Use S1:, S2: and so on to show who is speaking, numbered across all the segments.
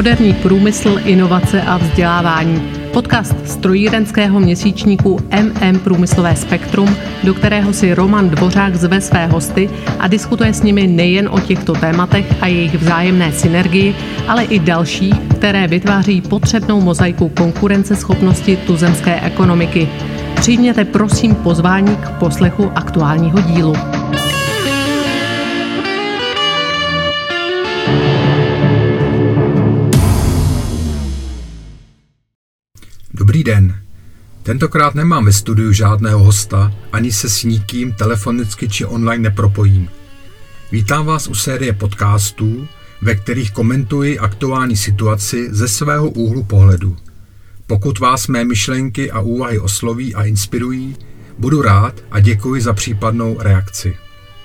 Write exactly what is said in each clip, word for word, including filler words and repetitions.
S1: Moderní průmysl, inovace a vzdělávání. Podcast strojírenského měsíčníku M M Průmyslové spektrum, do kterého si Roman Dvořák zve své hosty a diskutuje s nimi nejen o těchto tématech a jejich vzájemné synergii, ale i další, které vytváří potřebnou mozaiku konkurenceschopnosti tuzemské ekonomiky. Přijměte prosím pozvání k poslechu aktuálního dílu.
S2: Dobrý den. Tentokrát nemám ve studiu žádného hosta, ani se s nikým telefonicky či online nepropojím. Vítám vás u série podcastů, ve kterých komentuji aktuální situaci ze svého úhlu pohledu. Pokud vás mé myšlenky a úvahy osloví a inspirují, budu rád a děkuji za případnou reakci.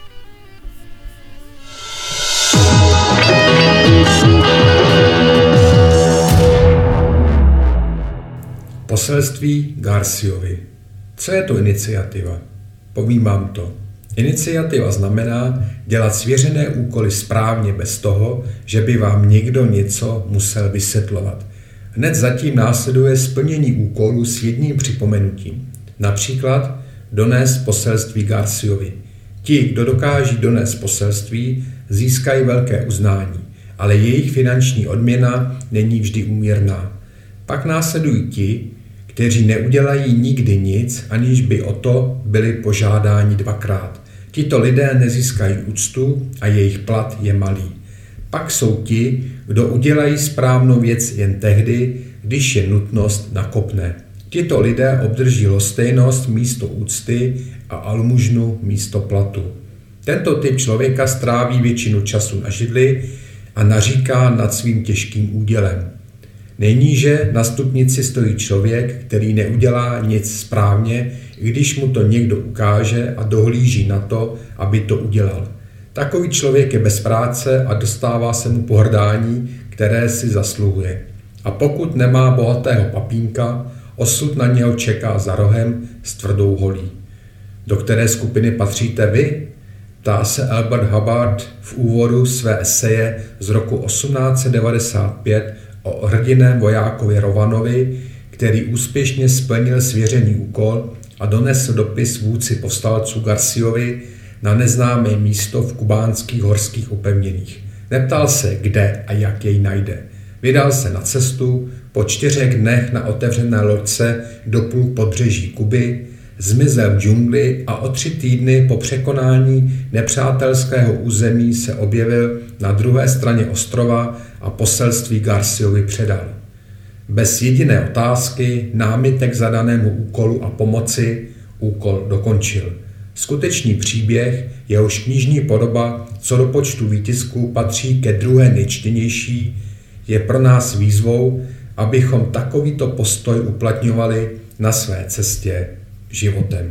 S2: Poselství Garciovi. Co je to iniciativa? Povím vám to. Iniciativa znamená dělat svěřené úkoly správně bez toho, že by vám někdo něco musel vysvětlovat. Hned zatím následuje splnění úkolů s jedním připomenutím. Například donést poselství Garciovi. Ti, kdo dokáží donést poselství, získají velké uznání, ale jejich finanční odměna není vždy úměrná. Pak následují ti, kteří neudělají nikdy nic, aniž by o to byli požádáni dvakrát. Tito lidé nezískají úctu a jejich plat je malý. Pak jsou ti, kdo udělají správnou věc jen tehdy, když je nutnost nakopne. Tito lidé obdrží lhostejnost místo úcty a almužnu místo platu. Tento typ člověka stráví většinu času na židli a naříká nad svým těžkým údělem. Nejníže na stupnici stojí člověk, který neudělá nic správně, i když mu to někdo ukáže a dohlíží na to, aby to udělal. Takový člověk je bez práce a dostává se mu pohrdání, které si zasluhuje. A pokud nemá bohatého papínka, osud na něho čeká za rohem s tvrdou holí. Do které skupiny patříte vy? Ptá se Albert Hubbard v úvodu své eseje z roku osmnáct set devadesát pět o hrdinném vojákovi Rovanovi, který úspěšně splnil svěřený úkol a donesl dopis vůdci povstalců Garciovi na neznámé místo v kubánských horských upevněních. Neptal se, kde a jak jej najde. Vydal se na cestu, po čtyřech dnech na otevřené loďce doplul k pobřeží Kuby, zmizel v džungli a o tři týdny po překonání nepřátelského území se objevil na druhé straně ostrova a poselství Garciovi předal. Bez jediné otázky, námitek zadanému úkolu a pomoci, úkol dokončil. Skutečný příběh, jehož knižní podoba co do počtu výtisků patří ke druhé nejčtenější, je pro nás výzvou, abychom takovýto postoj uplatňovali na své cestě životem.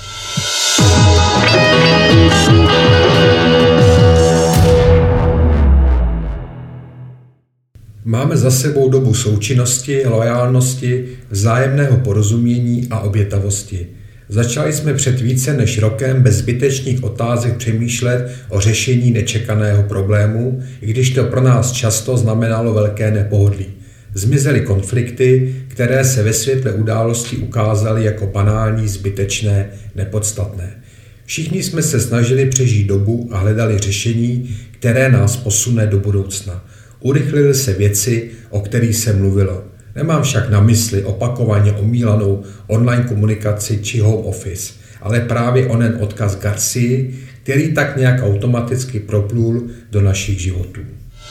S2: Máme za sebou dobu součinnosti, loajálnosti, vzájemného porozumění a obětavosti. Začali jsme před více než rokem bez zbytečných otázek přemýšlet o řešení nečekaného problému, i když to pro nás často znamenalo velké nepohodlí. Zmizely konflikty, které se ve světle událostí ukázaly jako banální, zbytečné, nepodstatné. Všichni jsme se snažili přežít dobu a hledali řešení, které nás posune do budoucna. Urychlily se věci, o kterých se mluvilo. Nemám však na mysli opakovaně omílanou online komunikaci či home office, ale právě onen odkaz Garcii, který tak nějak automaticky proplul do našich životů.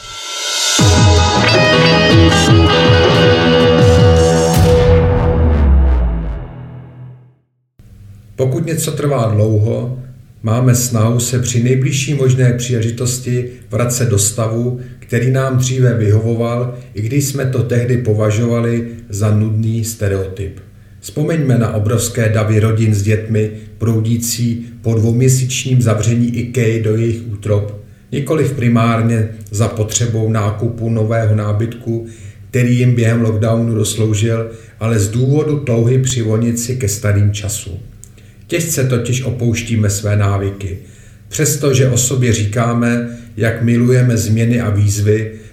S2: Pokud něco trvá dlouho, máme snahu se při nejbližší možné příležitosti vracet do stavu, který nám dříve vyhovoval, i když jsme to tehdy považovali za nudný stereotyp. Vzpomeňme na obrovské davy rodin s dětmi proudící po dvouměsíčním zavření IKEA do jejich útrob, nikoliv primárně za potřebou nákupu nového nábytku, který jim během lockdownu dosloužil, ale z důvodu touhy přivonit si ke starým časům. Těžce totiž opouštíme své návyky. Přestože o sobě říkáme, jak milujeme změny a výzvy,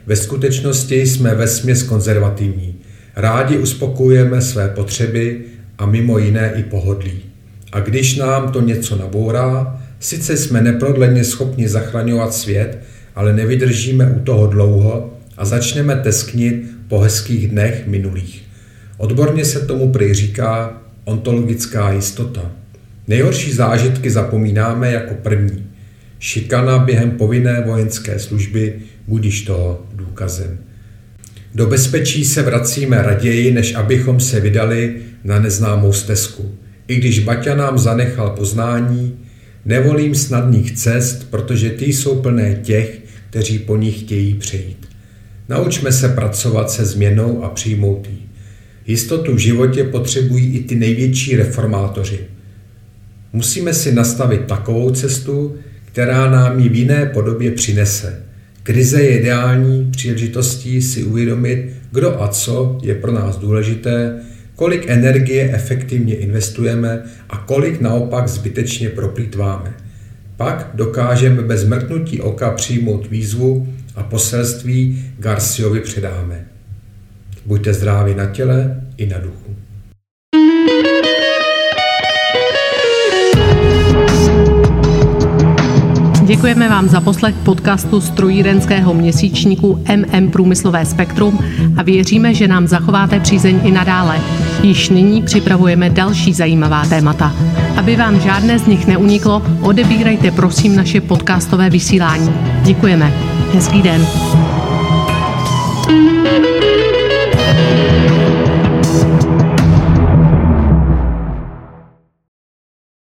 S2: Ve skutečnosti jsme vesměs konzervativní. Rádi uspokojujeme své potřeby a mimo jiné i pohodlí. A když nám to něco nabourá, sice jsme neprodleně schopni zachraňovat svět, ale nevydržíme u toho dlouho a začneme tesknit po hezkých dnech minulých. Odborně se tomu prý říká ontologická jistota. Nejhorší zážitky zapomínáme jako první. Šikana během povinné vojenské služby budiž toho důkazem. Do bezpečí se vracíme raději, než abychom se vydali na neznámou stezku. I když Baťa nám zanechal poznání, nevolím snadných cest, protože ty jsou plné těch, kteří po nich chtějí přejít. Naučme se pracovat se změnou a přijmout ji. Jistotu v životě potřebují i ty největší reformátoři. Musíme si nastavit takovou cestu, která nám ji v jiné podobě přinese. Krize je ideální příležitostí si uvědomit, kdo a co je pro nás důležité, kolik energie efektivně investujeme a kolik naopak zbytečně proplýtváme. Pak dokážeme bez mrknutí oka přijmout výzvu a poselství Garciovi předáme. Buďte zdraví na těle i na duchu.
S1: Děkujeme vám za poslech podcastu strojírenského měsíčníku M M Průmyslové spektrum a věříme, že nám zachováte přízeň i nadále. Již nyní připravujeme další zajímavá témata. Aby vám žádné z nich neuniklo, odebírejte prosím naše podcastové vysílání. Děkujeme. Hezký den.